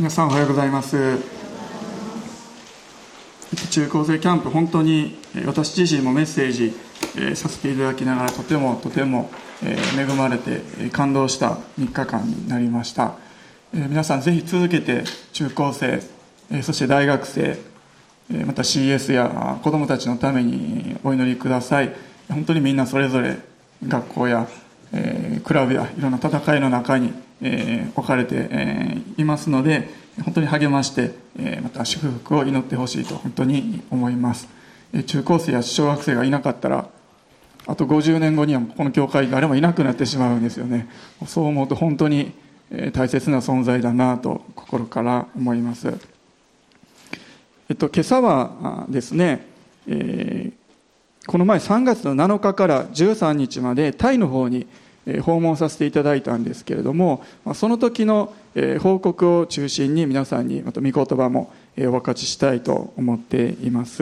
皆さんおはようございます。中高生キャンプ、本当に私自身もメッセージさせていただきながらとても恵まれて感動した3日間になりました。皆さんぜひ続けて中高生、そして大学生、また CS や子どもたちのためにお祈りください。本当にみんなそれぞれ学校やクラブやいろんな戦いの中に置かれていますので、本当に励ましてまた祝福を祈ってほしいと本当に思います。中高生や小学生がいなかったらあと50年後にはこの教会誰もいなくなってしまうんですよね。そう思うと本当に大切な存在だなと心から思います。今朝はですね、この前3月の7日から13日までタイの方に訪問させていただいたんですけれども、その時の報告を中心に皆さんにまた御言葉もお分かちしたいと思っています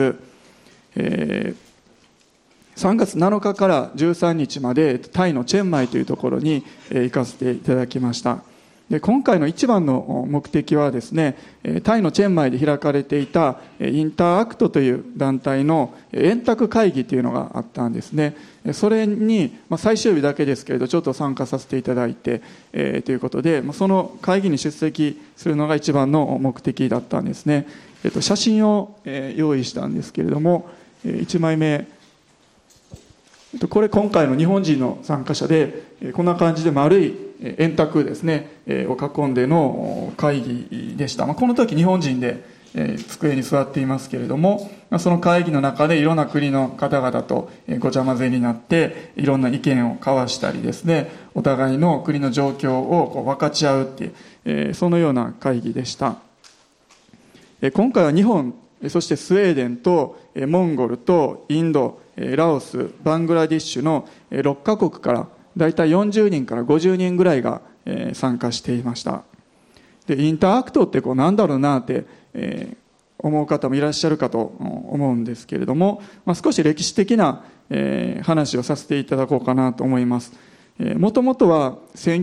。3月7日から13日までタイのチェンマイというところに行かせていただきました。で今回の一番の目的はですね、タイのチェンマイで開かれていたインターアクトという団体の円卓会議というのがあったんですね。それに最終日だけですけれどちょっと参加させていただいて、ということでその会議に出席するのが一番の目的だったんですね。写真を用意したんですけれども、1枚目、これ今回の日本人の参加者でこんな感じで丸い円卓ですねを囲んでの会議でした。この時日本人で机に座っていますけれども、その会議の中でいろんな国の方々とごちゃ混ぜになっていろんな意見を交わしたりですね、お互いの国の状況を分かち合うっていうそのような会議でした。今回は日本、そしてスウェーデンとモンゴルとインド、ラオス、バングラディッシュの6カ国からだいたい40人から50人ぐらいが参加していました。でインターアクトってなんだろうなって思う方もいらっしゃるかと思うんですけれども、少し歴史的な話をさせていただこうかなと思います。もともとは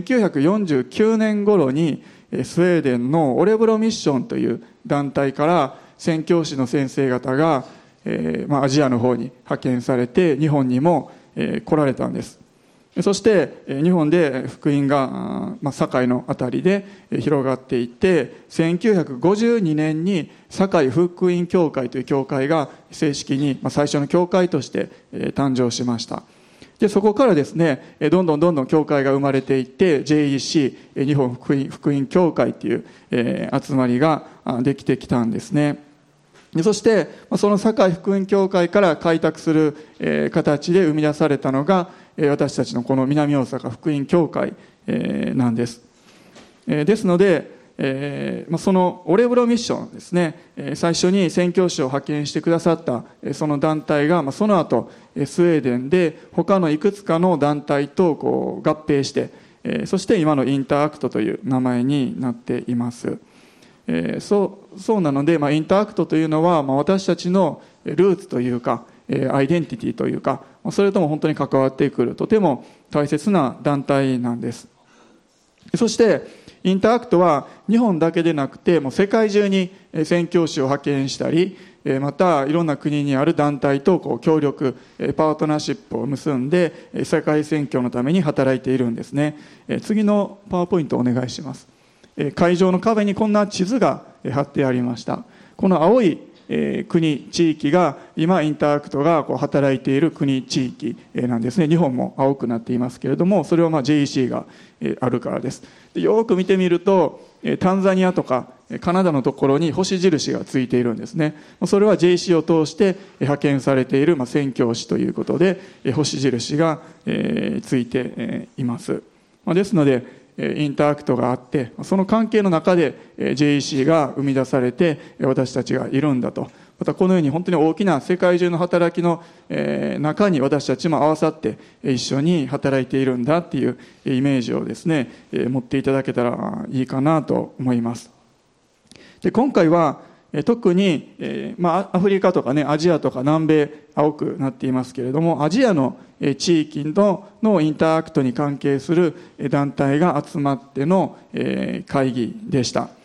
1949年頃にスウェーデンのオレブロミッションという団体から宣教師の先生方がアジアの方に派遣されて日本にも来られたんです。そして日本で福音が堺のあたりで広がっていって1952年に堺福音教会という教会が正式に最初の教会として誕生しました。でそこからですねどんどん教会が生まれていって JEC 日本福音教会という集まりができてきたんですね。そしてその堺福音教会から開拓する形で生み出されたのが私たちのこの南大阪福音教会なんです。ですのでそのオレブロミッションですね、最初に宣教師を派遣してくださったその団体がその後スウェーデンで他のいくつかの団体と合併してそして今のインターアクトという名前になっています。そうなので、インターアクトというのは、私たちのルーツというかアイデンティティというかそれとも本当に関わってくるとても大切な団体なんです。そしてインターアクトは日本だけでなくてもう世界中に宣教師を派遣したりまたいろんな国にある団体と協力パートナーシップを結んで世界宣教のために働いているんですね。次のパワーポイントお願いします。会場の壁にこんな地図が貼ってありました。この青い国地域が今インターアクトが働いている国地域なんですね。日本も青くなっていますけれどもそれはJEC があるからです。よく見てみるとタンザニアとかカナダのところに星印がついているんですね。それは JEC を通して派遣されている宣教師ということで星印がついています。ですのでインターアクトがあってその関係の中で JEC が生み出されて私たちがいるんだと、またこのように本当に大きな世界中の働きの中に私たちも合わさって一緒に働いているんだっていうイメージをですね持っていただけたらいいかなと思います。で今回は特にアフリカとかねアジアとか南米青くなっていますけれどもアジアの地域のインターアクトに関係する団体が集まっての会議でした。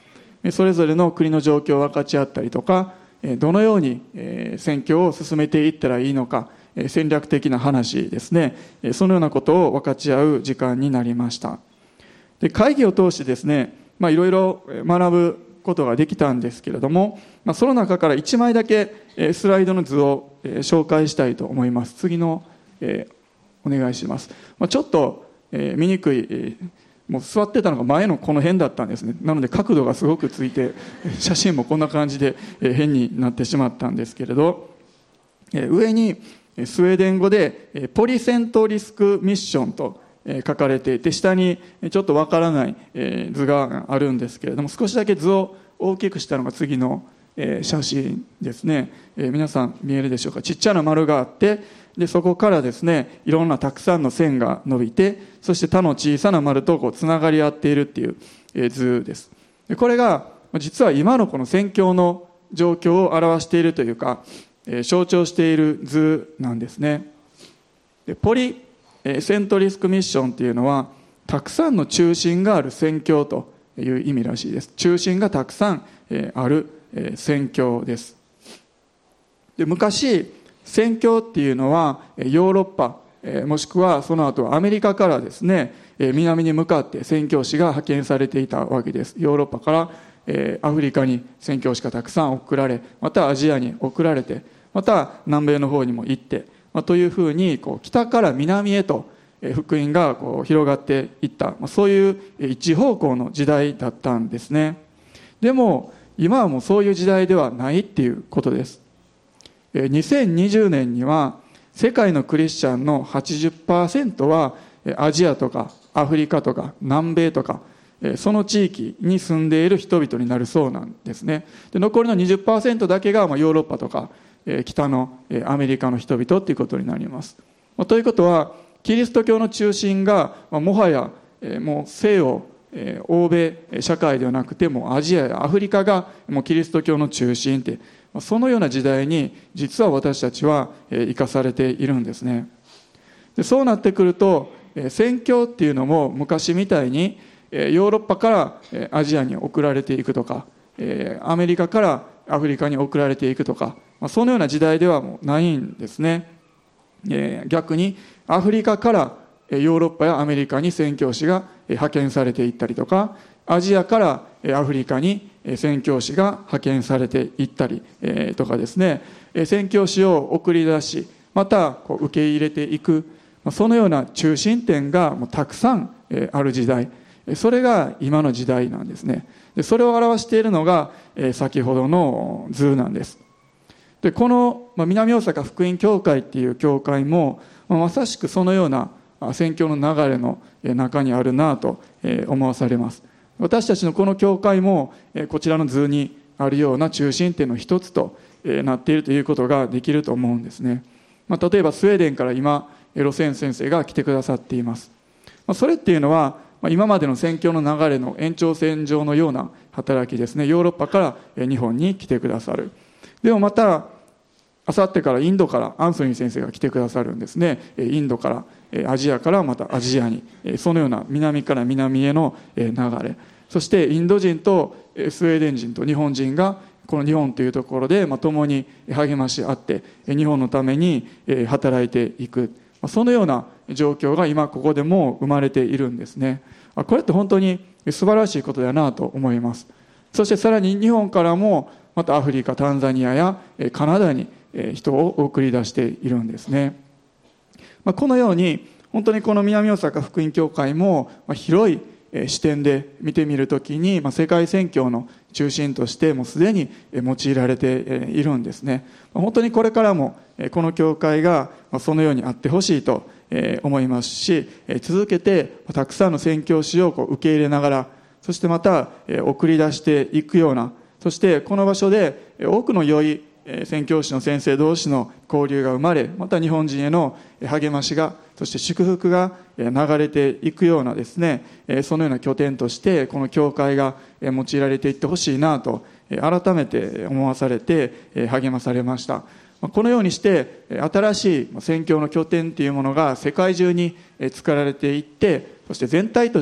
それぞれの国の状況を分かち合ったりとか、どのように宣教を進めていったらいいのか、戦略的な話ですね、そのようなことを分かち合う時間になりました。で、会議を通してですね、いろいろ学ぶことができたんですけれども、その中から1枚だけスライドの図を紹介したいと思います。次のお願いします。ちょっと見にくい、もう座ってたのが前のこの辺だったんですね。なので角度がすごくついて、写真もこんな感じで変になってしまったんですけれど、上にスウェーデン語でポリセントリスクミッションと書かれていて、下にちょっとわからない図があるんですけれども、少しだけ図を大きくしたのが次の写真ですね。皆さん見えるでしょうか。ちっちゃな丸があって、でそこからですね、いろんなたくさんの線が伸びて、そして他の小さな丸とつながり合っているっていう図です。でこれが実は今のこの宣教の状況を表しているというか、象徴している図なんですね。でポリセントリスクミッションっていうのは、たくさんの中心がある宣教という意味らしいです。中心がたくさんある宣教です。で昔宣教っていうのはヨーロッパもしくはその後アメリカからですね、南に向かって宣教師が派遣されていたわけです。ヨーロッパからアフリカに宣教師がたくさん送られ、またアジアに送られて、また南米の方にも行って、というふうに北から南へと福音が広がっていった、そういう一方向の時代だったんですね。でも今はもうそういう時代ではないっていうことです。2020年には世界のクリスチャンの 80% はアジアとかアフリカとか南米とかその地域に住んでいる人々になるそうなんですね。で残りの 20% だけがヨーロッパとか北のアメリカの人々ということになります。ということはキリスト教の中心がもはやもう西欧欧米社会ではなくてもアジアやアフリカがもうキリスト教の中心って、そのような時代に実は私たちは生かされているんですね。でそうなってくると宣教っていうのも昔みたいにヨーロッパからアジアに送られていくとか、アメリカからアフリカに送られていくとか、そのような時代ではもうないんですね。逆にアフリカからヨーロッパやアメリカに宣教師が派遣されていったりとか、アジアからアフリカに宣教師が派遣されていったりとかですね、宣教師を送り出し、また受け入れていく、そのような中心点がもうたくさんある時代、それが今の時代なんですね。でそれを表しているのが先ほどの図なんです。でこの南大阪福音教会っていう教会もまさしくそのような宣教の流れの中にあるなと思わされます。私たちのこの教会もこちらの図にあるような中心点の一つとなっているということができると思うんですね。例えばスウェーデンから今ロセン先生が来てくださっています。それっていうのは今までの宣教の流れの延長線上のような働きですね。ヨーロッパから日本に来てくださる。でもまたあさってからインドからアンソニー先生が来てくださるんですね。インドからアジアからまたアジアに、そのような南から南への流れ、そしてインド人とスウェーデン人と日本人がこの日本というところで共に励まし合って日本のために働いていく、そのような状況が今ここでも生まれているんですね。これって本当に素晴らしいことだなと思います。そしてさらに日本からもまたアフリカ、タンザニアやカナダに人を送り出しているんですね。このように本当にこの南大阪福音教会も広い視点で見てみるときに世界宣教の中心としてもうすでに用いられているんですね。本当にこれからもこの教会がそのようにあってほしいと思いますし、続けてたくさんの宣教師を受け入れながら、そしてまた送り出していくような、そしてこの場所で多くの良い宣教師の先生同士の交流が生まれ、また日本人への励ましが、そして祝福が流れていくようなですね、そのような拠点としてこの教会が用いられていってほしいなと改めて思わされて励まされました。このようにして新しい宣教の拠点というものが世界中に作られていって、そして全体として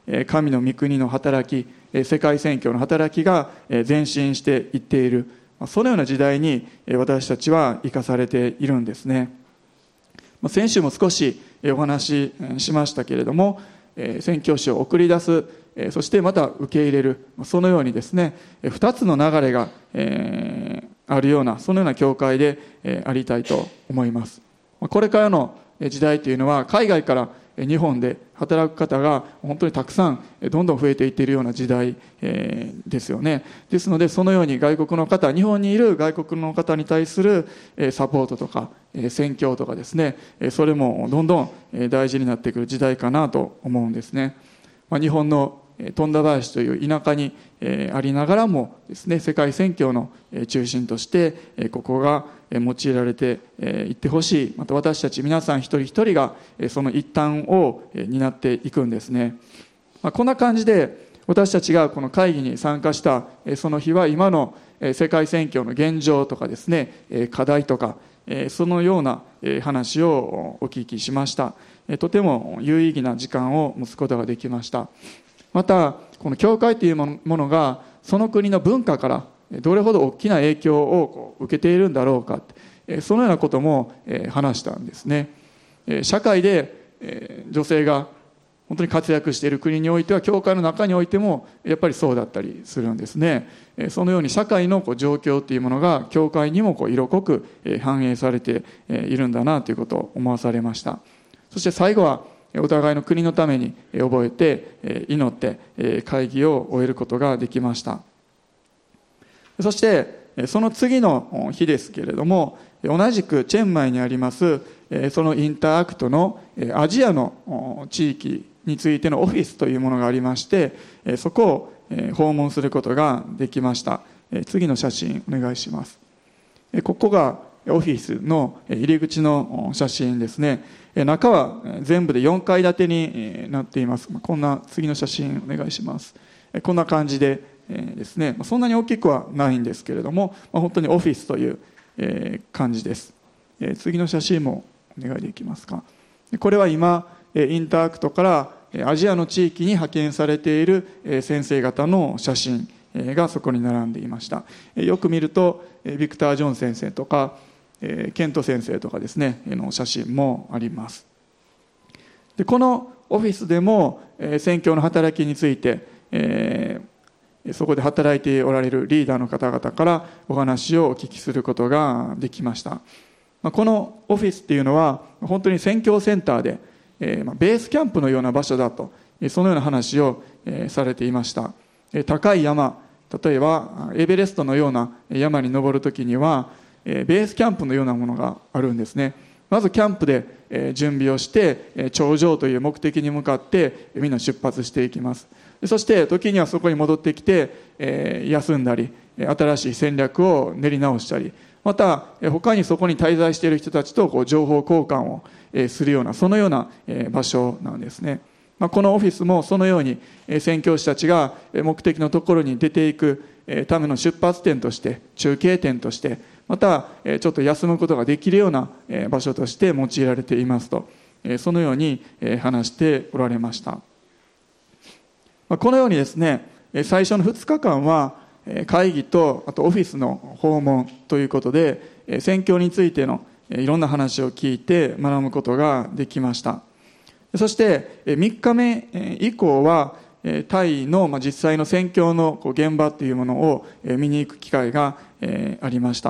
神の御国の働き、世界宣教の働きが前進していっている、そのような時代に私たちは生かされているんですね。先週も少しお話ししましたけれども、宣教師を送り出す、そしてまた受け入れる、そのようにですね、2つの流れがあるような、そのような教会でありたいと思います。これからの時代というのは、海外から日本で働く方が本当にたくさんどんどん増えていっているような時代ですよね。ですので、そのように外国の方、日本にいる外国の方に対するサポートとか宣教とかですね、それもどんどん大事になってくる時代かなと思うんですね。日本の富田林という田舎にありながらもですね、世界宣教の中心としてここが用いられていってほしい。また私たち皆さん一人一人がその一端を担っていくんですね。こんな感じで私たちがこの会議に参加したその日は、今の世界宣教の現状とかですね、課題とかそのような話をお聞きしました。とても有意義な時間を持つことができました。またこの教会というものがその国の文化からどれほど大きな影響を受けているんだろうか、そのようなことも話したんですね。社会で女性が本当に活躍している国においては、教会の中においてもやっぱりそうだったりするんですね。そのように社会の状況というものが教会にも色濃く反映されているんだなということを思わされました。そして最後はお互いの国のために覚えて祈って会議を終えることができました。そしてその次の日ですけれども、同じくチェンマイにありますそのインターアクトのアジアの地域についてのオフィスというものがありまして、そこを訪問することができました。次の写真お願いします。ここがオフィスの入り口の写真ですね。中は全部で4階建てになっています。こんな、次の写真お願いします。こんな感じでですね、そんなに大きくはないんですけれども、本当にオフィスという感じです。次の写真もお願いできますか。これは今インターアクトからアジアの地域に派遣されている先生方の写真がそこに並んでいました。よく見るとビクター・ジョン先生とかケント先生とかですねの写真もあります。でこのオフィスでも宣教の働きについてそこで働いておられるリーダーの方々からお話をお聞きすることができました。このオフィスっていうのは本当に宣教センターでベースキャンプのような場所だと、そのような話をされていました。高い山、例えばエベレストのような山に登るときにはベースキャンプのようなものがあるんですね。まずキャンプで準備をして頂上という目的に向かってみんな出発していきます。そして時にはそこに戻ってきて休んだり新しい戦略を練り直したり、また他にそこに滞在している人たちと情報交換をするような、そのような場所なんですね。このオフィスもそのように宣教師たちが目的のところに出ていくための出発点として、中継点として、またちょっと休むことができるような場所として用いられていますと、そのように話しておられました。このようにですね、最初の2日間は会議とあとオフィスの訪問ということで宣教についてのいろんな話を聞いて学ぶことができました。そして3日目以降はタイの実際の宣教の現場というものを見に行く機会がありました。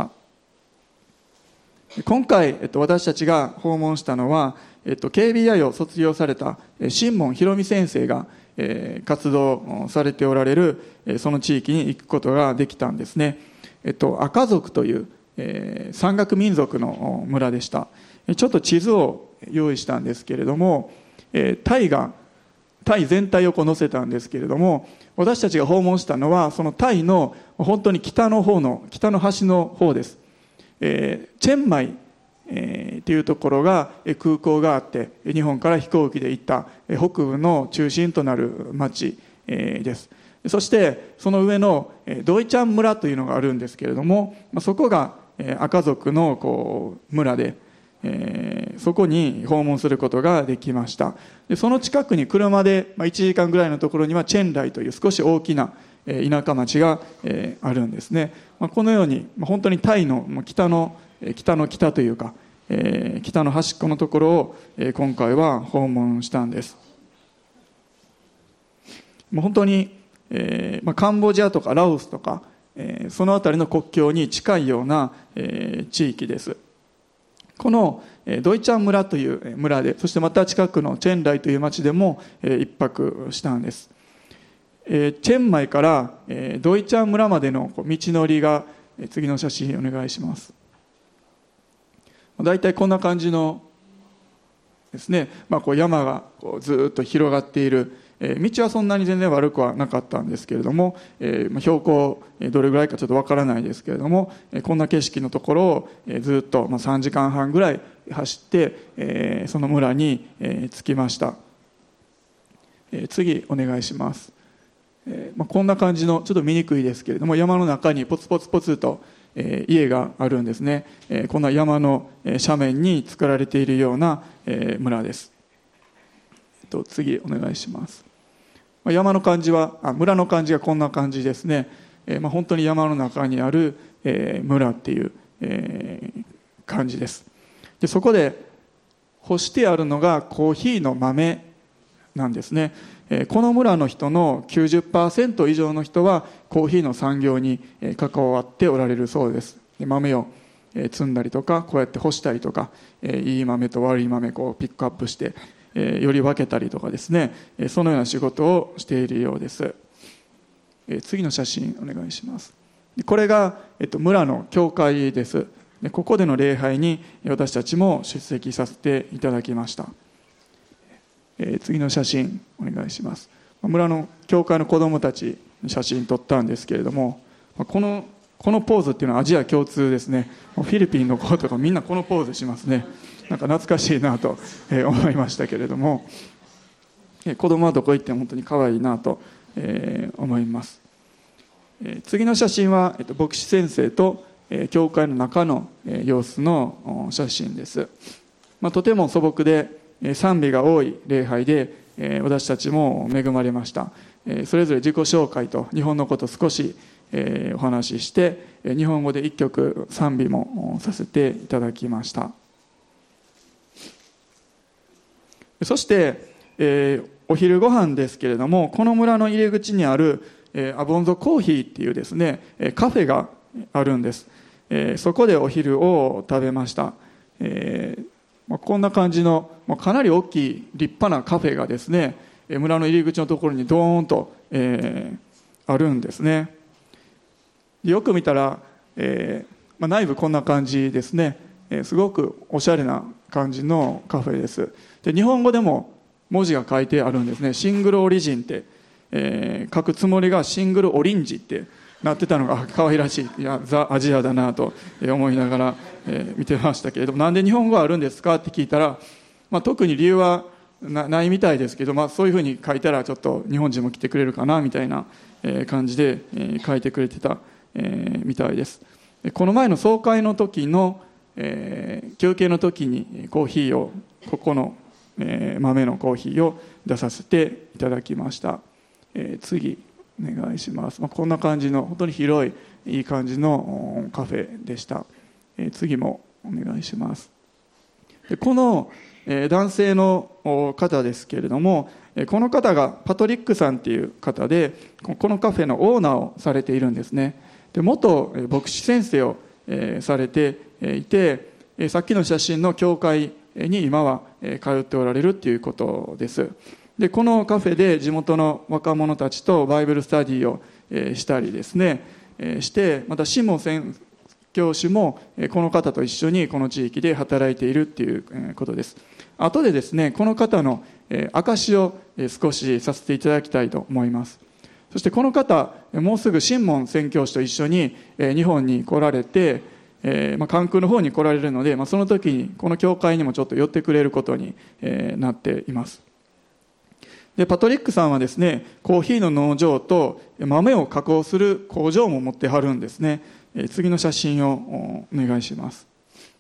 今回私たちが訪問したのはKBI を卒業された新門博美先生が活動されておられるその地域に行くことができたんですね。アカ族という山岳民族の村でした。ちょっと地図を用意したんですけれども、タイ全体を載せたんですけれども、私たちが訪問したのはそのタイの本当に北の端の方です。チェンマイというところが空港があって日本から飛行機で行った北部の中心となる町です。そしてその上のドイチャン村というのがあるんですけれども、そこがアカ族の村でそこに訪問することができました。でその近くに車で1時間ぐらいのところにはチェンライという少し大きな田舎町があるんですね。このように本当にタイの北の北というか北の端っこのところを今回は訪問したんです。もう本当にカンボジアとかラオスとかそのあたりの国境に近いような地域です。このドイチャン村という村で、そしてまた近くのチェンライという町でも一泊したんです。チェンマイからドイチャン村までの道のりが、次の写真お願いします。だいたいこんな感じのですね、こう山がこうずっと広がっている、道はそんなに全然悪くはなかったんですけれども、標高どれぐらいかちょっとわからないですけれども、こんな景色のところをずっと3時間半ぐらい走って、その村に着きました。次お願いします。こんな感じのちょっと見にくいですけれども、山の中にポツポツポツと家があるんですね。こんな山の斜面に作られているような村です。次お願いします。山の感じは村の感じがこんな感じですね。本当に山の中にある村っていう感じです。でそこで干してあるのがコーヒーの豆なんですね。この村の人の 90% 以上の人はコーヒーの産業に関わっておられるそうです。で豆を摘んだりとか、こうやって干したりとか、いい豆と悪い豆をピックアップしてより分けたりとかですね、そのような仕事をしているようです。次の写真お願いします。これが村の教会です。ここでの礼拝に私たちも出席させていただきました。次の写真お願いします。村の教会の子どもたちの写真撮ったんですけれども、このポーズっていうのはアジア共通ですね。フィリピンの子とかみんなこのポーズしますね。なんか懐かしいなと思いましたけれども、子供はどこ行っても本当に可愛いなと思います。次の写真は牧師先生と教会の中の様子の写真です。とても素朴で賛美が多い礼拝で私たちも恵まれました。それぞれ自己紹介と日本のことを少しお話しして、日本語で一曲賛美もさせていただきました。そして、お昼ご飯ですけれども、この村の入り口にある、アボンゾコーヒーっていうですねカフェがあるんです。そこでお昼を食べました。こんな感じのかなり大きい立派なカフェがですね、村の入り口のところにドーンと、あるんですね。よく見たら、内部こんな感じですね。すごくおしゃれな感じのカフェです。で日本語でも文字が書いてあるんですね。シングルオリジンって、書くつもりがシングルオリンジってなってたのが可愛らしい、いやザ・アジアだなと思いながら見てましたけれども、なんで日本語あるんですかって聞いたら、特に理由はないみたいですけど、そういうふうに書いたらちょっと日本人も来てくれるかなみたいな感じで書いてくれてたみたいです。この前の総会の時の休憩の時にコーヒーをここの豆のコーヒーを出させていただきました。次お願いします。こんな感じの本当に広いいい感じのカフェでした。次もお願いします。でこの男性の方ですけれども、この方がパトリックさんっていう方で、このカフェのオーナーをされているんですね。で元牧師先生をされていて、さっきの写真の教会に今は通っておられるということです。でこのカフェで地元の若者たちとバイブルスタディをしたりですねして、またシモン宣教師もこの方と一緒にこの地域で働いているということです。後でですねこの方の証を少しさせていただきたいと思います。そしてこの方もうすぐシモン宣教師と一緒に日本に来られて、関空の方に来られるので、その時にこの教会にもちょっと寄ってくれることになっています。でパトリックさんはですねコーヒーの農場と豆を加工する工場も持ってはるんですね。次の写真をお願いします。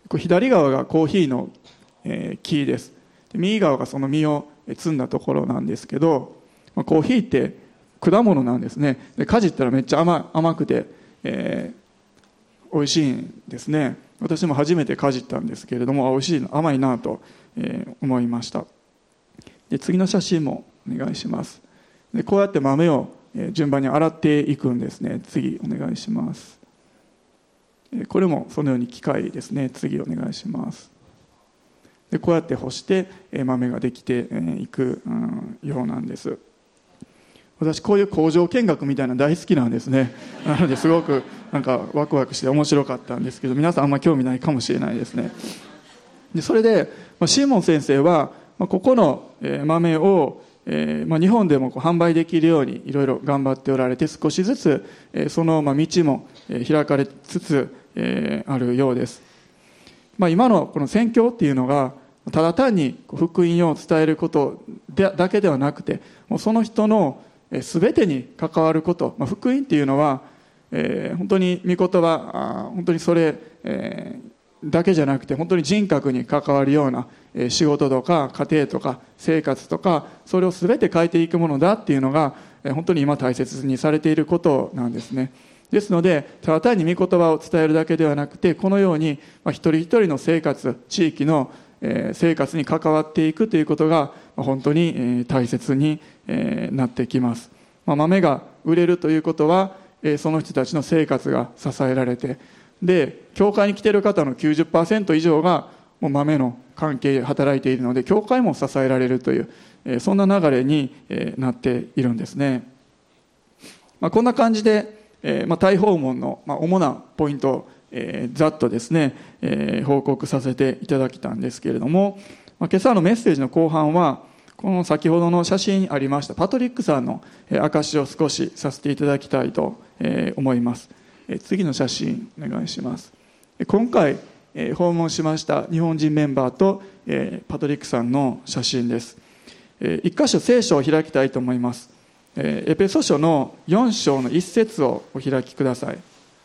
左側がコーヒーの木です。右側がその実を摘んだところなんですけど、コーヒーって果物なんですね。でかじったらめっちゃ甘くて、美味しいんですね。私も初めてかじったんですけれども、美味しいな、甘いなと思いました。で次の写真もお願いします。でこうやって豆を順番に洗っていくんですね。次お願いします。これもそのように機械ですね。次お願いします。でこうやって干して豆ができていくようなんです。私こういう工場見学みたいなの大好きなんですね。なのですごくなんかワクワクして面白かったんですけど、皆さんあんま興味ないかもしれないですね。でそれでシーモン先生はここの豆を日本でも販売できるようにいろいろ頑張っておられて、少しずつその道も開かれつつあるようです。今のこの宣教っていうのがただ単に福音を伝えることだけではなくて、その人の全てに関わること、福音っていうのは本当に御言葉、本当にそれだけじゃなくて、本当に人格に関わるような仕事とか家庭とか生活とか、それを全て変えていくものだっていうのが本当に今大切にされていることなんですね。ですのでただ単に御言葉を伝えるだけではなくて、このように一人一人の生活、地域の生活に関わっていくということが本当に大切になってきます。豆が売れるということはその人たちの生活が支えられて、で教会に来ている方の 90% 以上がもう豆の関係で働いているので、教会も支えられるというそんな流れになっているんですね。こんな感じで大訪問の主なポイントをざっとですね報告させていただきたんですけれども、今朝のメッセージの後半はこの先ほどの写真にありましたパトリックさんの証を少しさせていただきたいと思います。次の写真お願いします。今回訪問しました日本人メンバーとパトリックさんの写真です。一箇所聖書を開きたいと思います。エペソ書の4章の1節をお開きください。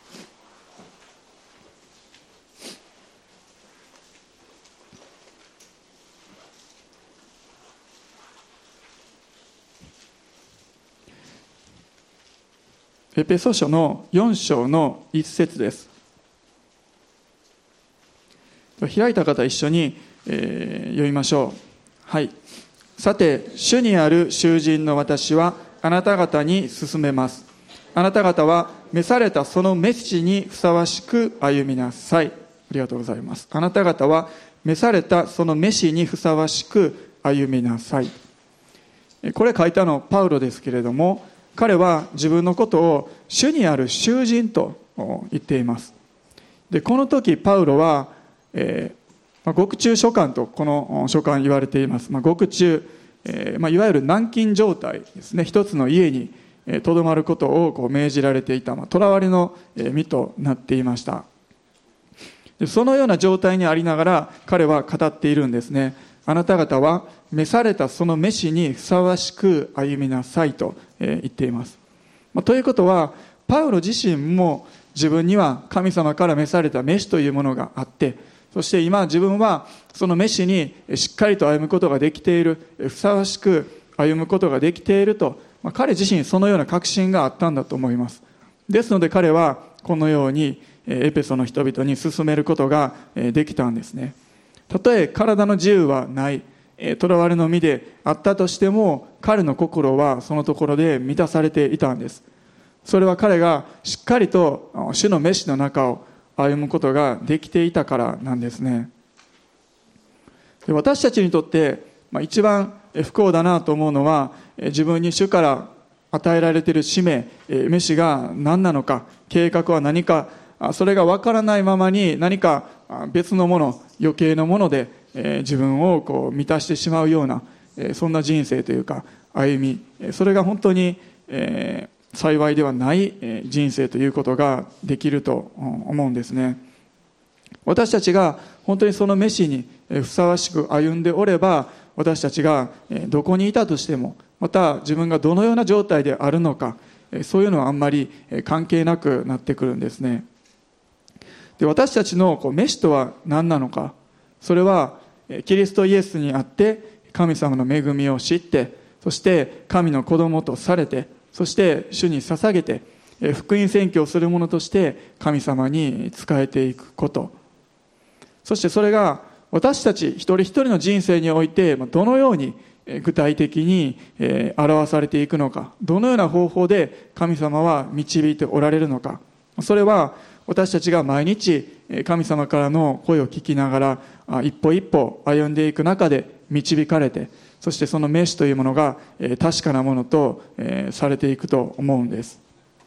エペソ書の4章の1節です。開いた方一緒に、読みましょう。はい。さて主にある囚人の私はあなた方に勧めます。あなた方は召されたその召しにふさわしく歩みなさい。ありがとうございます。あなた方は召されたその召しにふさわしく歩みなさい。これ書いたのパウロですけれども、彼は自分のことを主にある囚人と言っています。でこの時パウロは、獄中書簡とこの書簡言われています。獄中、いわゆる軟禁状態ですね。一つの家にとどまることを命じられていた、囚われの身となっていました。でそのような状態にありながら彼は語っているんですね。あなた方は召されたその召しにふさわしく歩みなさいと言っています。ということはパウロ自身も自分には神様から召された召しというものがあって、そして今自分はその召しにしっかりと歩むことができている、ふさわしく歩むことができていると、彼自身そのような確信があったんだと思います。ですので彼はこのようにエペソの人々に進めることができたんですね。たとえ体の自由はない、囚われの身であったとしても、彼の心はそのところで満たされていたんです。それは彼がしっかりと主の召しの中を歩むことができていたからなんですね。で私たちにとって一番不幸だなと思うのは、自分に主から与えられている使命、召しが何なのか、計画は何か、それが分からないままに何か別のもの、余計なもので自分を満たしてしまうような、そんな人生というか歩み、それが本当に幸いではない人生ということができると思うんですね。私たちが本当にその召しにふさわしく歩んでおれば、私たちがどこにいたとしても、また自分がどのような状態であるのか、そういうのはあんまり関係なくなってくるんですね。 で、私たちの召しとは何なのか。それはキリストイエスにあって神様の恵みを知って、そして神の子供とされて、そして主に捧げて福音宣教をする者として神様に仕えていくこと。そしてそれが私たち一人一人の人生においてどのように具体的に表されていくのか、どのような方法で神様は導いておられるのか。それは私たちが毎日神様からの声を聞きながら一歩一歩歩んでいく中で導かれて、そしてその召しというものが確かなものとされていくと思うんです。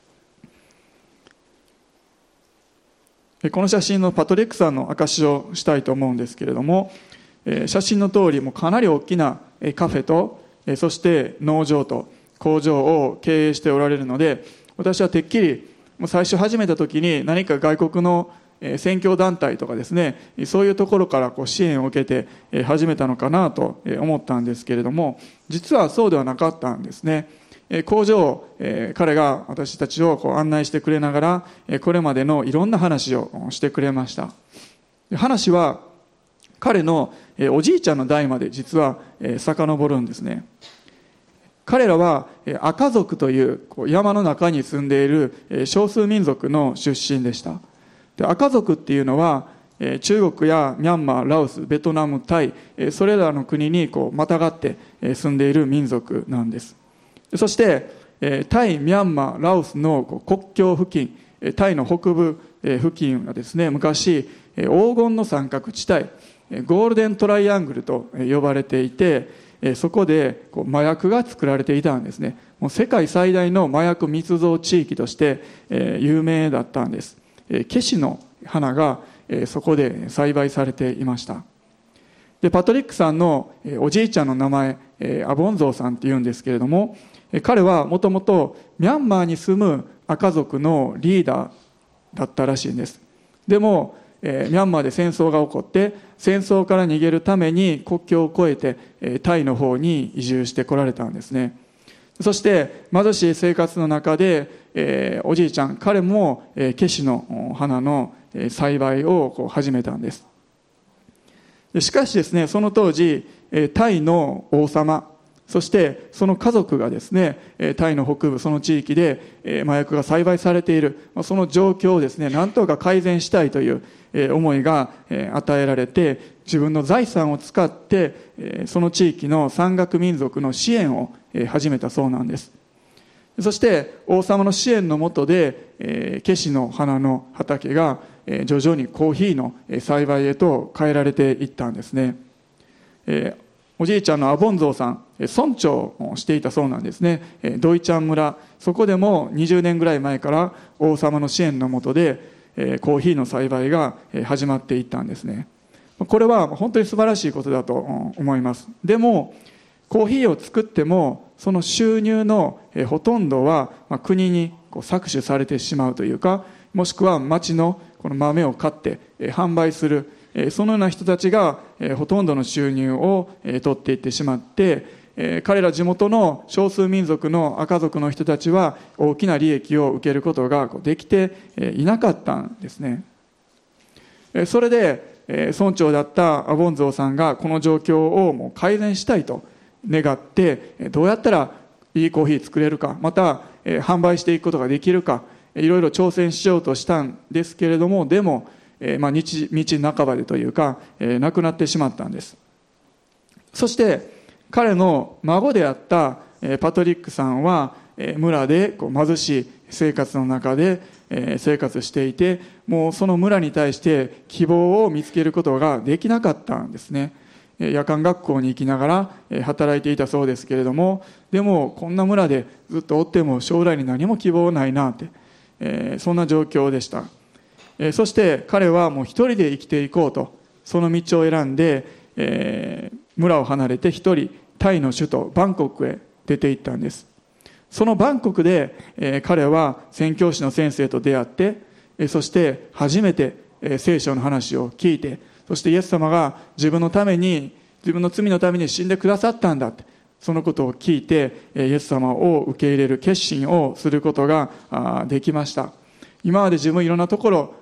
この写真のパトリックさんの証しをしたいと思うんですけれども、写真の通りもうかなり大きなカフェとそして農場と工場を経営しておられるので、私はてっきり最初始めた時に何か外国の宣教団体とかですね、そういうところから支援を受けて始めたのかなと思ったんですけれども、実はそうではなかったんですね。工場を彼が私たちを案内してくれながら、これまでのいろんな話をしてくれました。話は彼のおじいちゃんの代まで実は遡るんですね。彼らはアカ族という山の中に住んでいる少数民族の出身でした。で、アカ族っていうのは中国やミャンマー、ラオス、ベトナム、タイ、それらの国にまたがって住んでいる民族なんです。そしてタイ、ミャンマー、ラオスの国境付近、タイの北部付近はですね、昔黄金の三角地帯、ゴールデントライアングルと呼ばれていて、そこで麻薬が作られていたんですね。もう世界最大の麻薬密造地域として有名だったんです。ケシの花がそこで栽培されていました。で、パトリックさんのおじいちゃんの名前アボンゾーさんっていうんですけれども、彼はもともとミャンマーに住むアカ族のリーダーだったらしいんです。でもミャンマーで戦争が起こって戦争から逃げるために国境を越えてタイの方に移住してこられたんですね。そして貧しい生活の中でおじいちゃん彼もケシの花の栽培を始めたんです。しかしですね、その当時タイの王様、そしてその家族がですね、タイの北部その地域で麻薬が栽培されているその状況をですね、何とか改善したいという思いが与えられて、自分の財産を使ってその地域の山岳民族の支援を始めたそうなんです。そして王様の支援の下でケシの花の畑が徐々にコーヒーの栽培へと変えられていったんですね。おじいちゃんのアボンゾーさん、村長をしていたそうなんですね。ドイチャン村、そこでも20年ぐらい前から王様の支援の下でコーヒーの栽培が始まっていったんですね。これは本当に素晴らしいことだと思います。でもコーヒーを作ってもその収入のほとんどは国に搾取されてしまうというか、もしくは町のこの豆を買って販売する、そのような人たちがほとんどの収入を取っていってしまって、彼ら地元の少数民族のアカ族の人たちは大きな利益を受けることができていなかったんですね。それで村長だったアボンゾーさんがこの状況をもう改善したいと願って、どうやったらいいコーヒー作れるか、また販売していくことができるか、いろいろ挑戦しようとしたんですけれども、でも道半ばでというか亡くなってしまったんです。そして彼の孫であったパトリックさんは村で貧しい生活の中で生活していて、もうその村に対して希望を見つけることができなかったんですね。夜間学校に行きながら働いていたそうですけれども、でもこんな村でずっとおっても将来に何も希望ないなって、そんな状況でした。そして彼はもう一人で生きていこうとその道を選んで、村を離れて一人タイの首都バンコクへ出て行ったんです。そのバンコクで、彼は宣教師の先生と出会って、そして初めて、聖書の話を聞いて、そしてイエス様が自分のために自分の罪のために死んでくださったんだって、そのことを聞いてイエス様を受け入れる決心をすることができました。今まで自分いろんなところ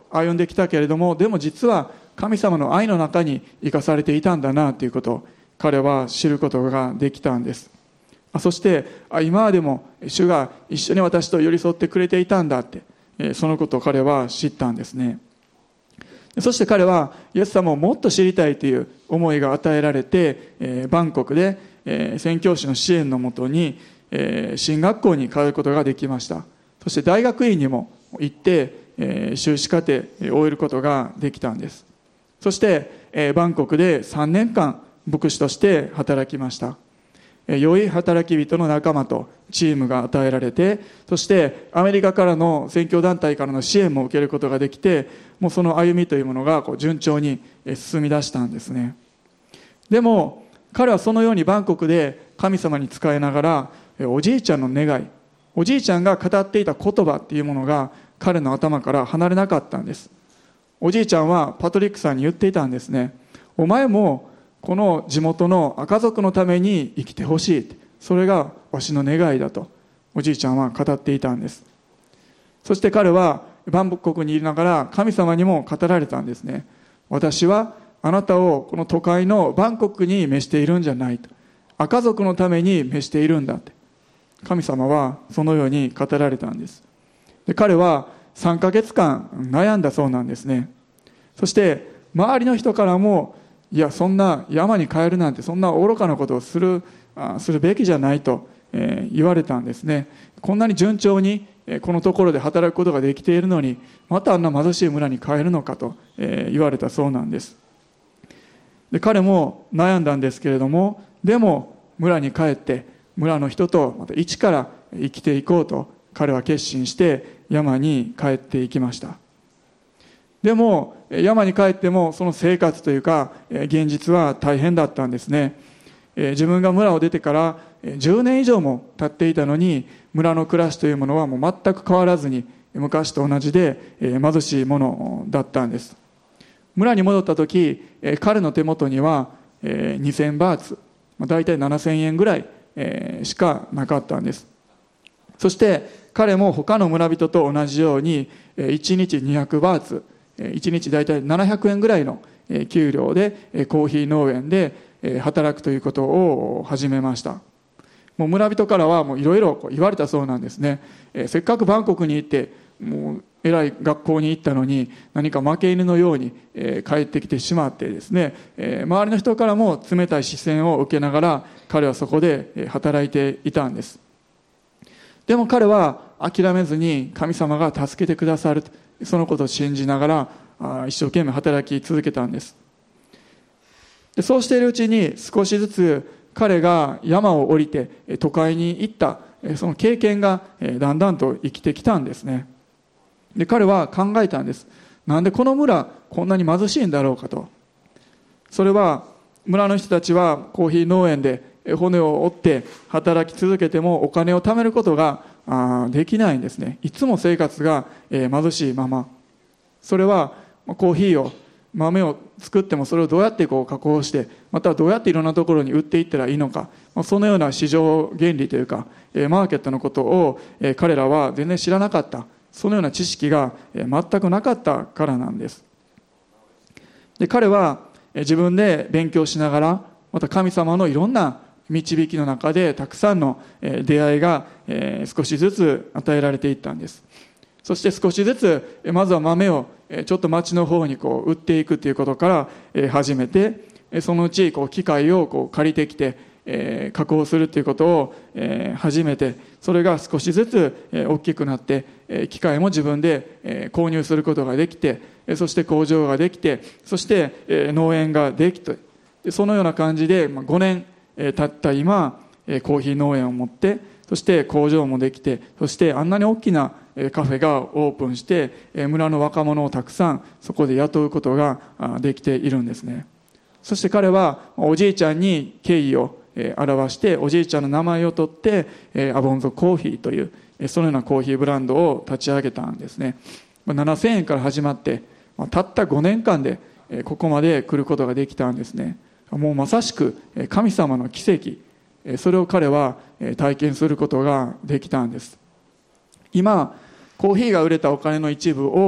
歩んできたけれども、でも実は神様の愛の中に生かされていたんだなということを彼は知ることができたんです。そして今までも主が一緒に私と寄り添ってくれていたんだって、そのことを彼は知ったんですね。そして彼はイエス様をもっと知りたいという思いが与えられて、バンコクで宣教師の支援のもとに神学校に通うことができました。そして大学院にも行って修士課程を終えることができたんです。そしてバンコクで3年間牧師として働きました。良い働き人の仲間とチームが与えられて、そしてアメリカからの宣教団体からの支援も受けることができて、もうその歩みというものが順調に進み出したんですね。でも彼はそのようにバンコクで神様に仕えながら、おじいちゃんの願い、おじいちゃんが語っていた言葉っていうものが彼の頭から離れなかったんです。おじいちゃんはパトリックさんに言っていたんですね。お前もこの地元の赤族のために生きてほしい、それがわしの願いだとおじいちゃんは語っていたんです。そして彼はバンコクにいながら神様にも語られたんですね。私はあなたをこの都会のバンコクに召しているんじゃないと、赤族のために召しているんだって、神様はそのように語られたんです。で彼は3ヶ月間悩んだそうなんですね。そして周りの人からも、いやそんな山に帰るなんてそんな愚かなことをするべきじゃないと言われたんですね。こんなに順調にこのところで働くことができているのに、またあんな貧しい村に帰るのかと言われたそうなんです。で彼も悩んだんですけれども、でも村に帰って村の人とまた一から生きていこうと彼は決心して山に帰っていきました。でも山に帰ってもその生活というか現実は大変だったんですね。自分が村を出てから10年以上も経っていたのに、村の暮らしというものはもう全く変わらずに昔と同じで貧しいものだったんです。村に戻った時、彼の手元には2000バーツ、だいたい7000円ぐらいしかなかったんです。そして彼も他の村人と同じように1日200バーツ、1日だいたい700円ぐらいの給料でコーヒー農園で働くということを始めました。もう村人からはもういろいろ言われたそうなんですね。せっかくバンコクに行ってもう偉い学校に行ったのに何か負け犬のように帰ってきてしまってですね、周りの人からも冷たい視線を受けながら彼はそこで働いていたんです。でも彼は諦めずに神様が助けてくださる、そのことを信じながら一生懸命働き続けたんです。でそうしているうちに少しずつ彼が山を降りて都会に行ったその経験がだんだんと生きてきたんですね。で彼は考えたんです。なんでこの村こんなに貧しいんだろうかと。それは村の人たちはコーヒー農園で骨を折って働き続けてもお金を貯めることができないんですね。いつも生活が貧しいまま。それはコーヒーを豆を作ってもそれをどうやって加工して、またどうやっていろんなところに売っていったらいいのか、そのような市場原理というかマーケットのことを彼らは全然知らなかった。そのような知識が全くなかったからなんです。で彼は自分で勉強しながら、また神様のいろんな導きの中でたくさんの出会いが少しずつ与えられていったんです。そして少しずつまずは豆をちょっと町の方に売っていくということから始めて、そのうち機械を借りてきて加工するということを始めて、それが少しずつ大きくなって機械も自分で購入することができて、そして工場ができて、そして農園ができて、そのような感じで5年経った今コーヒー農園を持って、そして工場もできて、そしてあんなに大きなカフェがオープンして村の若者をたくさんそこで雇うことができているんですね。そして彼はおじいちゃんに敬意を表して、おじいちゃんの名前を取ってアボンゾコーヒーというそのようなコーヒーブランドを立ち上げたんですね。7000円から始まってたった5年間でここまで来ることができたんですね。もうまさしく神様の奇跡、それを彼は体験することができたんです。今コーヒーが売れたお金の一部を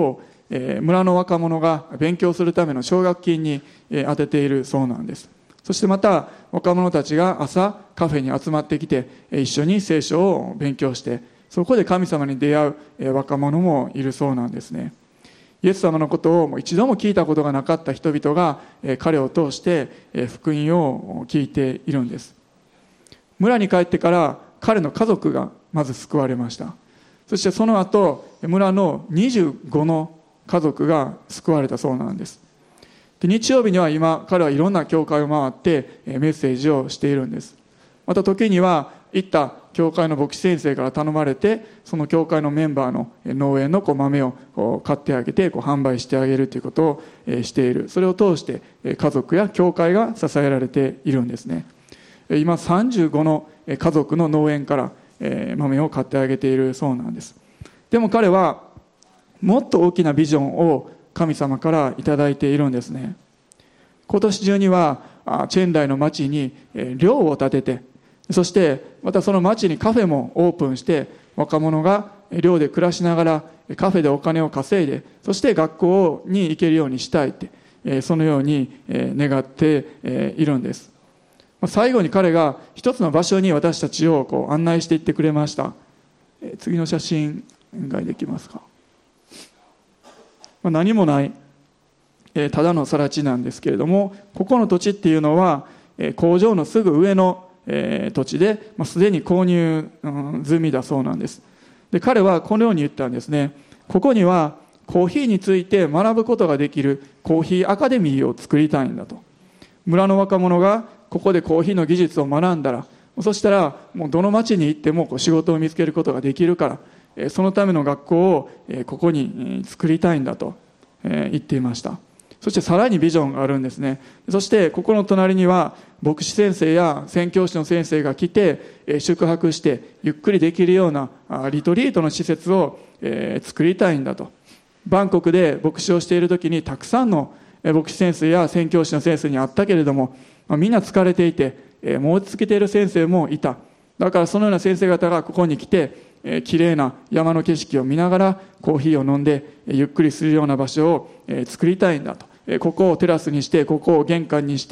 村の若者が勉強するための奨学金に充てているそうなんです。そしてまた若者たちが朝カフェに集まってきて一緒に聖書を勉強して、そこで神様に出会う若者もいるそうなんですね。イエス様のことを一度も聞いたことがなかった人々が彼を通して福音を聞いているんです。村に帰ってから彼の家族がまず救われました。そしてその後村の25の家族が救われたそうなんです。で、日曜日には今彼はいろんな教会を回ってメッセージをしているんです。また時には行った教会の牧師先生から頼まれて、その教会のメンバーの農園の豆を買ってあげて販売してあげるということをしている。それを通して家族や教会が支えられているんですね。今35の家族の農園から豆を買ってあげているそうなんです。でも彼はもっと大きなビジョンを神様からいただいているんですね。今年中にはチェンライの町に寮を建てて、そしてまたその町にカフェもオープンして、若者が寮で暮らしながらカフェでお金を稼いで、そして学校に行けるようにしたいって、そのように願っているんです。最後に彼が一つの場所に私たちを案内していってくれました。次の写真お願いできますか。何もないただの更地なんですけれども、ここの土地っていうのは工場のすぐ上の土地で、すでに購入済みだそうなんです。で、彼はこのように言ったんですね。ここにはコーヒーについて学ぶことができるコーヒーアカデミーを作りたいんだと。村の若者がここでコーヒーの技術を学んだら、そしたらもうどの町に行っても仕事を見つけることができるから、そのための学校をここに作りたいんだと言っていました。そしてさらにビジョンがあるんですね。そしてここの隣には牧師先生や宣教師の先生が来て宿泊してゆっくりできるようなリトリートの施設を作りたいんだと。バンコクで牧師をしている時にたくさんの牧師先生や宣教師の先生に会ったけれども、みんな疲れていてもう落ち着けている先生もいた。だからそのような先生方がここに来て綺麗な山の景色を見ながらコーヒーを飲んでゆっくりするような場所を作りたいんだと。ここをテラスにして、ここを玄関にして、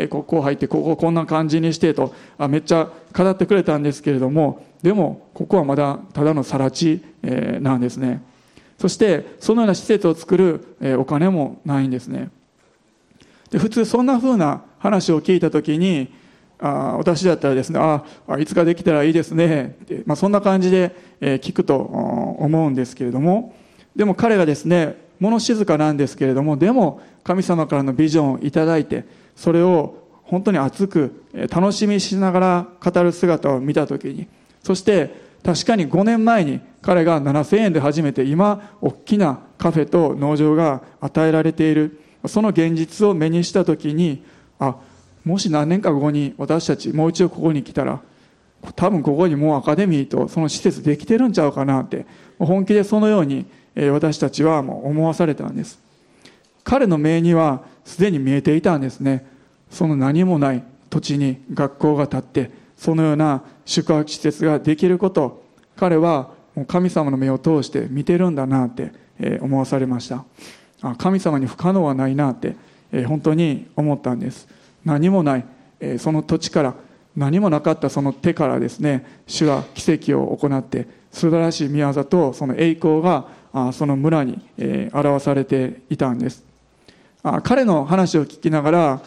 ここを入って、ここをこんな感じにしてとめっちゃ語ってくれたんですけれども、でもここはまだただの更地なんですね。そしてそのような施設を作るお金もないんですね。で、普通そんな風な話を聞いたときに、私だったらですね、いつかできたらいいですねって、そんな感じで聞くと思うんですけれども、でも彼がですね、物静かなんですけれども、でも神様からのビジョンをいただいて、それを本当に熱く楽しみしながら語る姿を見たときに、そして確かに5年前に彼が7000円で始めて、今大きなカフェと農場が与えられている、その現実を目にしたときに、もし何年か後に私たちもう一度ここに来たら、多分ここにもうアカデミーとその施設できてるんちゃうかなって、本気でそのように私たちはもう思わされたんです。彼の目にはすでに見えていたんですね。その何もない土地に学校が建って、そのような宿泊施設ができること、彼はもう神様の目を通して見てるんだなって思わされました。神様に不可能はないなって本当に思ったんです。何もないその土地から、何もなかったその手からですね、主は奇跡を行って素晴らしい御業とその栄光がその村に表されていたんです。彼の話を聞きながら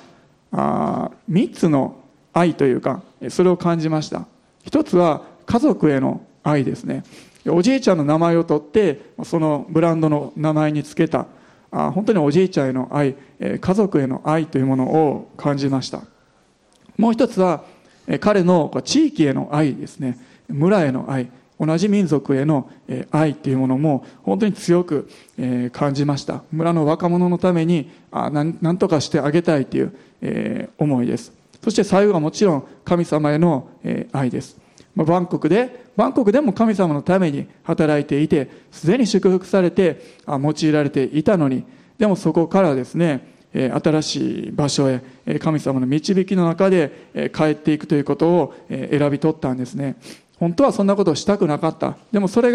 3つの愛というか、それを感じました。一つは家族への愛ですね。おじいちゃんの名前を取ってそのブランドの名前につけた、本当におじいちゃんへの愛、家族への愛というものを感じました。もう一つは彼の地域への愛ですね。村への愛、同じ民族への愛というものも本当に強く感じました。村の若者のために何とかしてあげたいという思いです。そして最後はもちろん神様への愛です。バンコクでも神様のために働いていて、すでに祝福されて用いられていたのに、でもそこからですね、新しい場所へ神様の導きの中で帰っていくということを選び取ったんですね。本当はそんなことをしたくなかった。でもそれが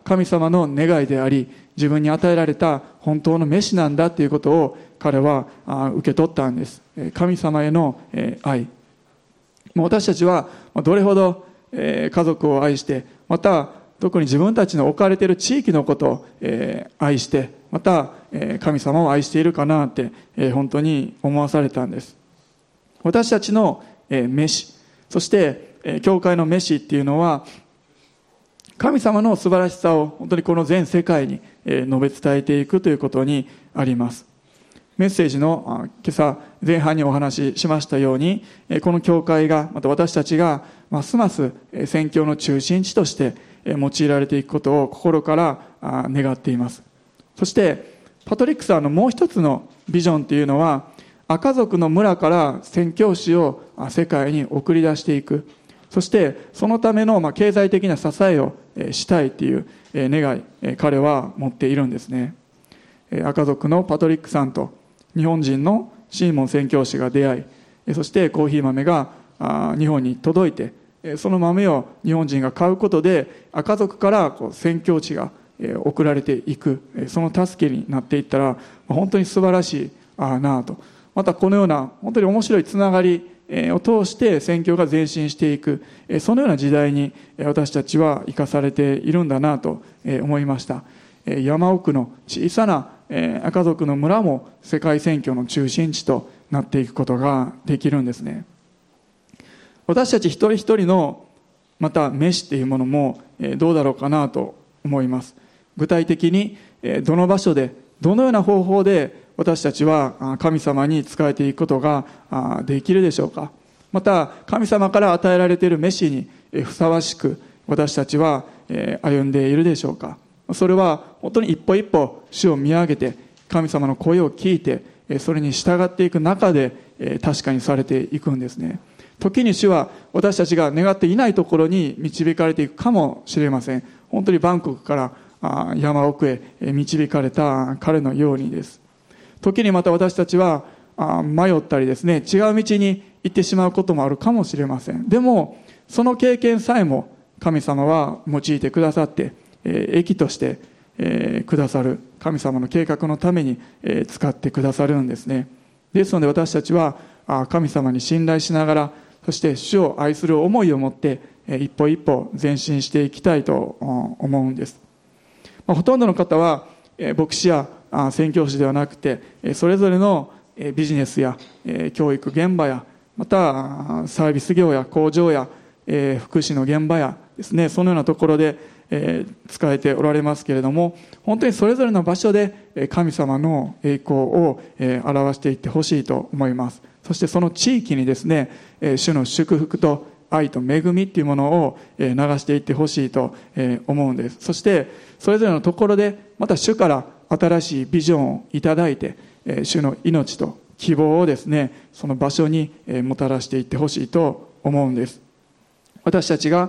神様の願いであり、自分に与えられた本当の召しなんだということを彼は受け取ったんです。神様への愛。私たちはどれほど家族を愛して、また特に自分たちの置かれている地域のことを愛して、また神様を愛しているかなって本当に思わされたんです。私たちの召し、そして教会の召しっていうのは、神様の素晴らしさを本当にこの全世界に述べ伝えていくということにあります。メッセージの今朝前半にお話ししましたように、この教会が、また私たちがますます宣教の中心地として用いられていくことを心から願っています。そしてパトリックさんのもう一つのビジョンというのは、赤族の村から宣教師を世界に送り出していく、そしてそのための経済的な支えをしたいという願い、彼は持っているんですね。赤族のパトリックさんと日本人のシーモン宣教師が出会い、そしてコーヒー豆が日本に届いて、その豆を日本人が買うことで赤族から宣教地が送られていく、その助けになっていったら本当に素晴らしいなと。またこのような本当に面白いつながりを通して宣教が前進していく、そのような時代に私たちは生かされているんだなと思いました。山奥の小さな赤族の村も世界宣教の中心地となっていくことができるんですね。私たち一人一人のまた召しっていうものもどうだろうかなと思います。具体的にどの場所でどのような方法で私たちは神様に仕えていくことができるでしょうか。また神様から与えられている召しにふさわしく私たちは歩んでいるでしょうか。それは本当に一歩一歩主を見上げて神様の声を聞いてそれに従っていく中で確かにされていくんですね。時に主は私たちが願っていないところに導かれていくかもしれません。本当にバンコクから山奥へ導かれた彼のようにです。時にまた私たちは迷ったりですね、違う道に行ってしまうこともあるかもしれません。でもその経験さえも神様は用いてくださって益としてくださる、神様の計画のために使ってくださるんですね。ですので私たちは神様に信頼しながら、そして主を愛する思いを持って一歩一歩前進していきたいと思うんです。ほとんどの方は牧師や宣教師ではなくて、それぞれのビジネスや教育現場や、またサービス業や工場や福祉の現場やですね、そのようなところで使えておられますけれども、本当にそれぞれの場所で神様の栄光を表していってほしいと思います。そしてその地域にですね、主の祝福と愛と恵みっていうものを流していってほしいと思うんです。そしてそれぞれのところでまた主から新しいビジョンをいただいて、主の命と希望をですね、その場所にもたらしていってほしいと思うんです。私たちが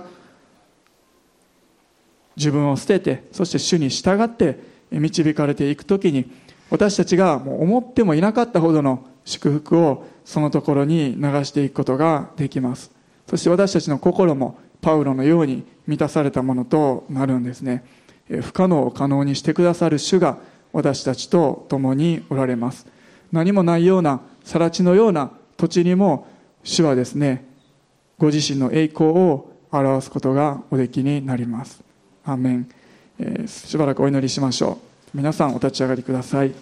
自分を捨てて、そして主に従って導かれていくときに、私たちがもう思ってもいなかったほどの祝福をそのところに流していくことができます。そして私たちの心もパウロのように満たされたものとなるんですね。不可能を可能にしてくださる主が私たちと共におられます。何もないような更地のような土地にも主はですね、ご自身の栄光を表すことがおできになります。アーメン。しばらくお祈りしましょう。皆さんお立ち上がりください。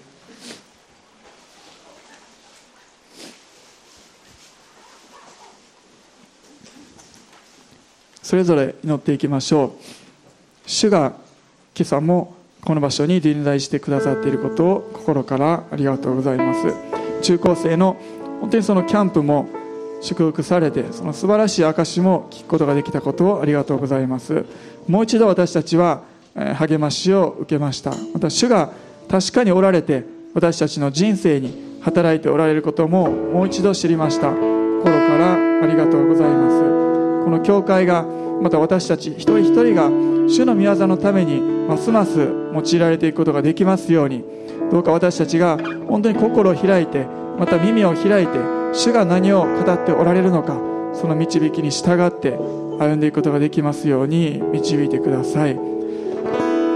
それぞれ祈っていきましょう。主が今朝もこの場所に臨在してくださっていることを心からありがとうございます。中高生の本当にそのキャンプも祝福されて、その素晴らしい証も聞くことができたことをありがとうございます。もう一度私たちは励ましを受けました。また主が確かにおられて私たちの人生に働いておられることももう一度知りました。心からありがとうございます。この教会が、また私たち一人一人が主の御業のためにますます用いられていくことができますように、どうか私たちが本当に心を開いて、また耳を開いて、主が何を語っておられるのか、その導きに従って歩んでいくことができますように導いてください。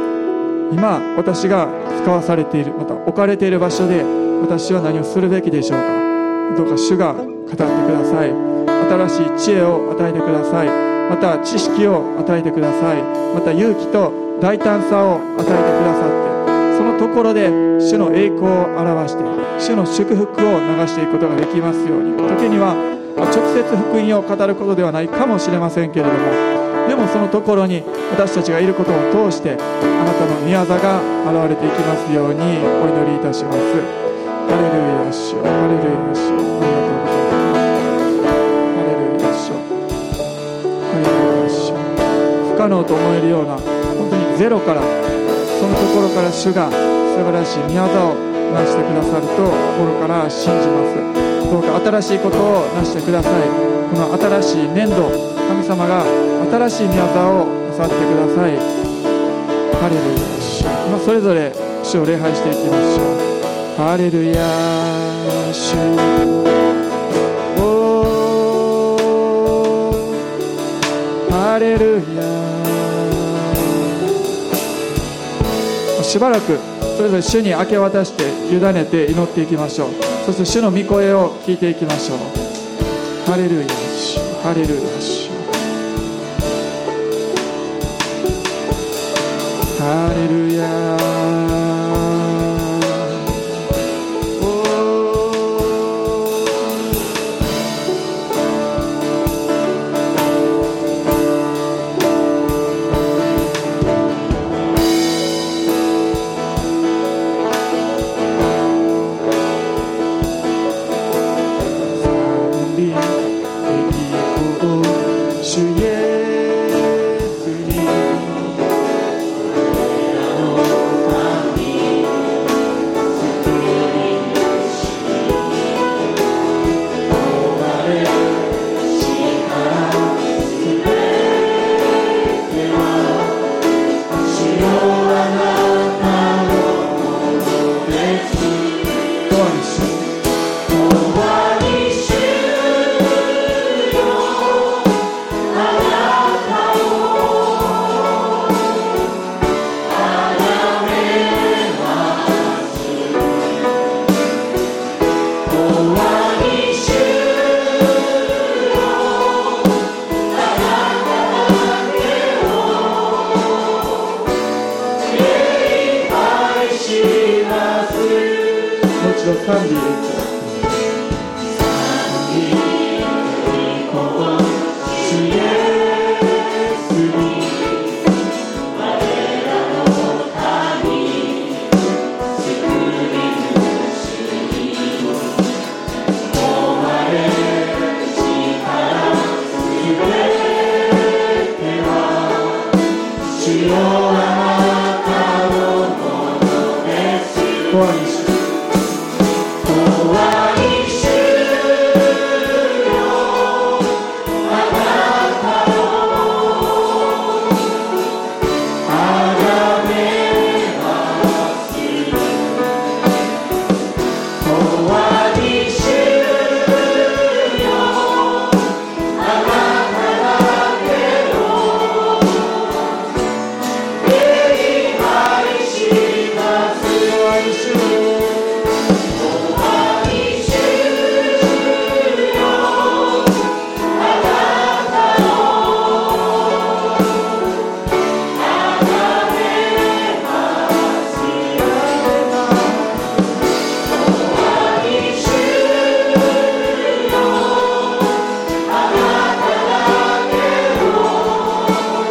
今私が使わされている、また置かれている場所で私は何をするべきでしょうか。どうか主が語ってください。新しい知恵を与えてください。また知識を与えてください。また勇気と大胆さを与えてくださって、そのところで主の栄光を表して主の祝福を流していくことができますように。時には直接福音を語ることではないかもしれませんけれども、でもそのところに私たちがいることを通してあなたの御業が現れていきますようにお祈りいたします。ハレルヤ主よ、ハレルヤ主よ、ありがとうございます。ハレルヤ主よ、ハレルヤ主よ。不可能と思えるような本当にゼロから、そのところから主が素晴らしい御業をなしてくださると心から信じます。どうか新しいことをなしてください。この新しい年度、神様が新しい御業をなさってください。ハレルヤ主、今それぞれ主を礼拝していきましょう。ハレルヤ主、ハレルヤ。しばらくそれぞれ主に明け渡して委ねて祈っていきましょう。そして主の御声を聞いていきましょう。ハレルヤ主、ハレルヤ主、ハレルヤ。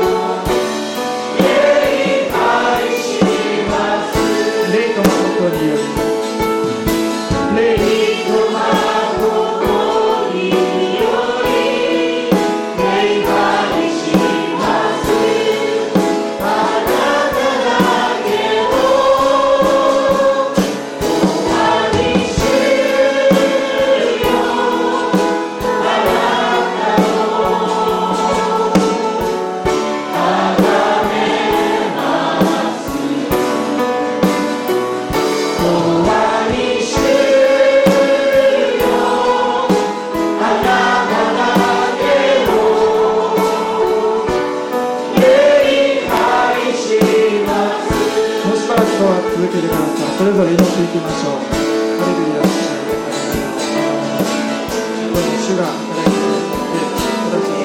によで祈っていきましょう。ハレルヤ、主が働いてくださって私たち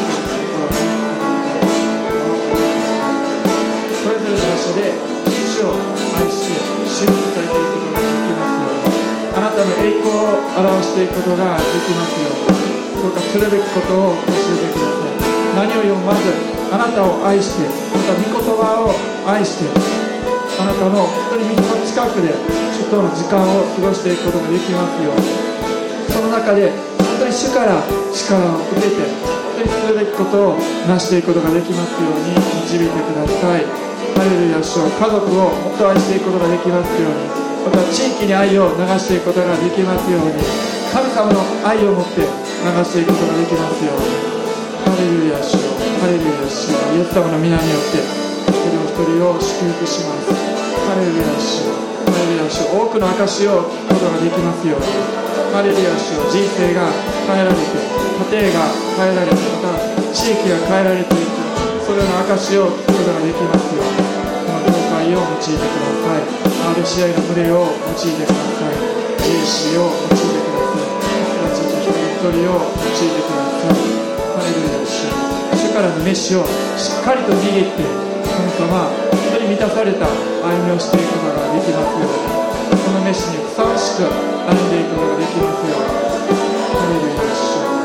それぞれの場所で主を愛して祝福されていくことができますように、あなたの栄光を表していくことができますように、どうかするべきことを教えてください。何よりもまずあなたを愛して、また御言葉を愛して、あなたの本当に御言葉近くで主との時間を過ごしていくことができますように、その中で本当に主から力を受けて本当にするべきことを成していくことができますように導いてください。ハレルヤ、主は家族をもっと愛していくことができますように、また地域に愛を流していくことができますように、神様の愛を持って流していくことができますように。ハレルヤ、主よ、ハレルヤ、主よ、イエス様の皆によって一人お一人を祝福します。ハレルヤ、主よ、ハレルヤ、主よ、多くの証を聞くことができますように。ハレルヤ、主よ、人生が変えられて、家庭が変えられて、また地域が変えられていく、それらの証を聞くことができますように、この教会を用いてください。RCI の群れを用いてください。JC を用いてください。私たち一人一人を用いてください。ハレルヤ、主よ、主からの飯をしっかりと握って神様本当に満たされた歩みをしていくことができますように、この飯にふさわしく歩んでいくことができますように。ハレルヤ、主よ、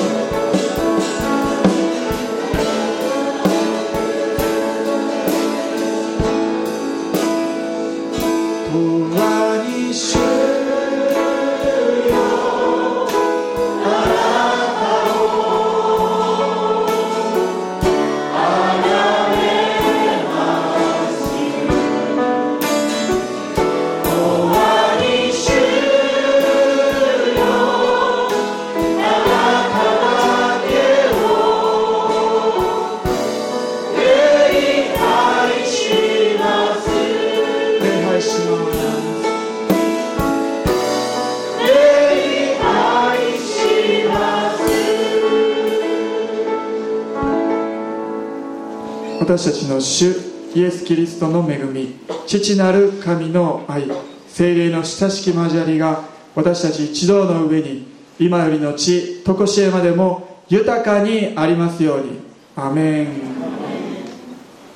私たちの主イエス・キリストの恵み、父なる神の愛、聖霊の親しき交わりが私たち一同の上に今よりのち常しえまでも豊かにありますように。アメン。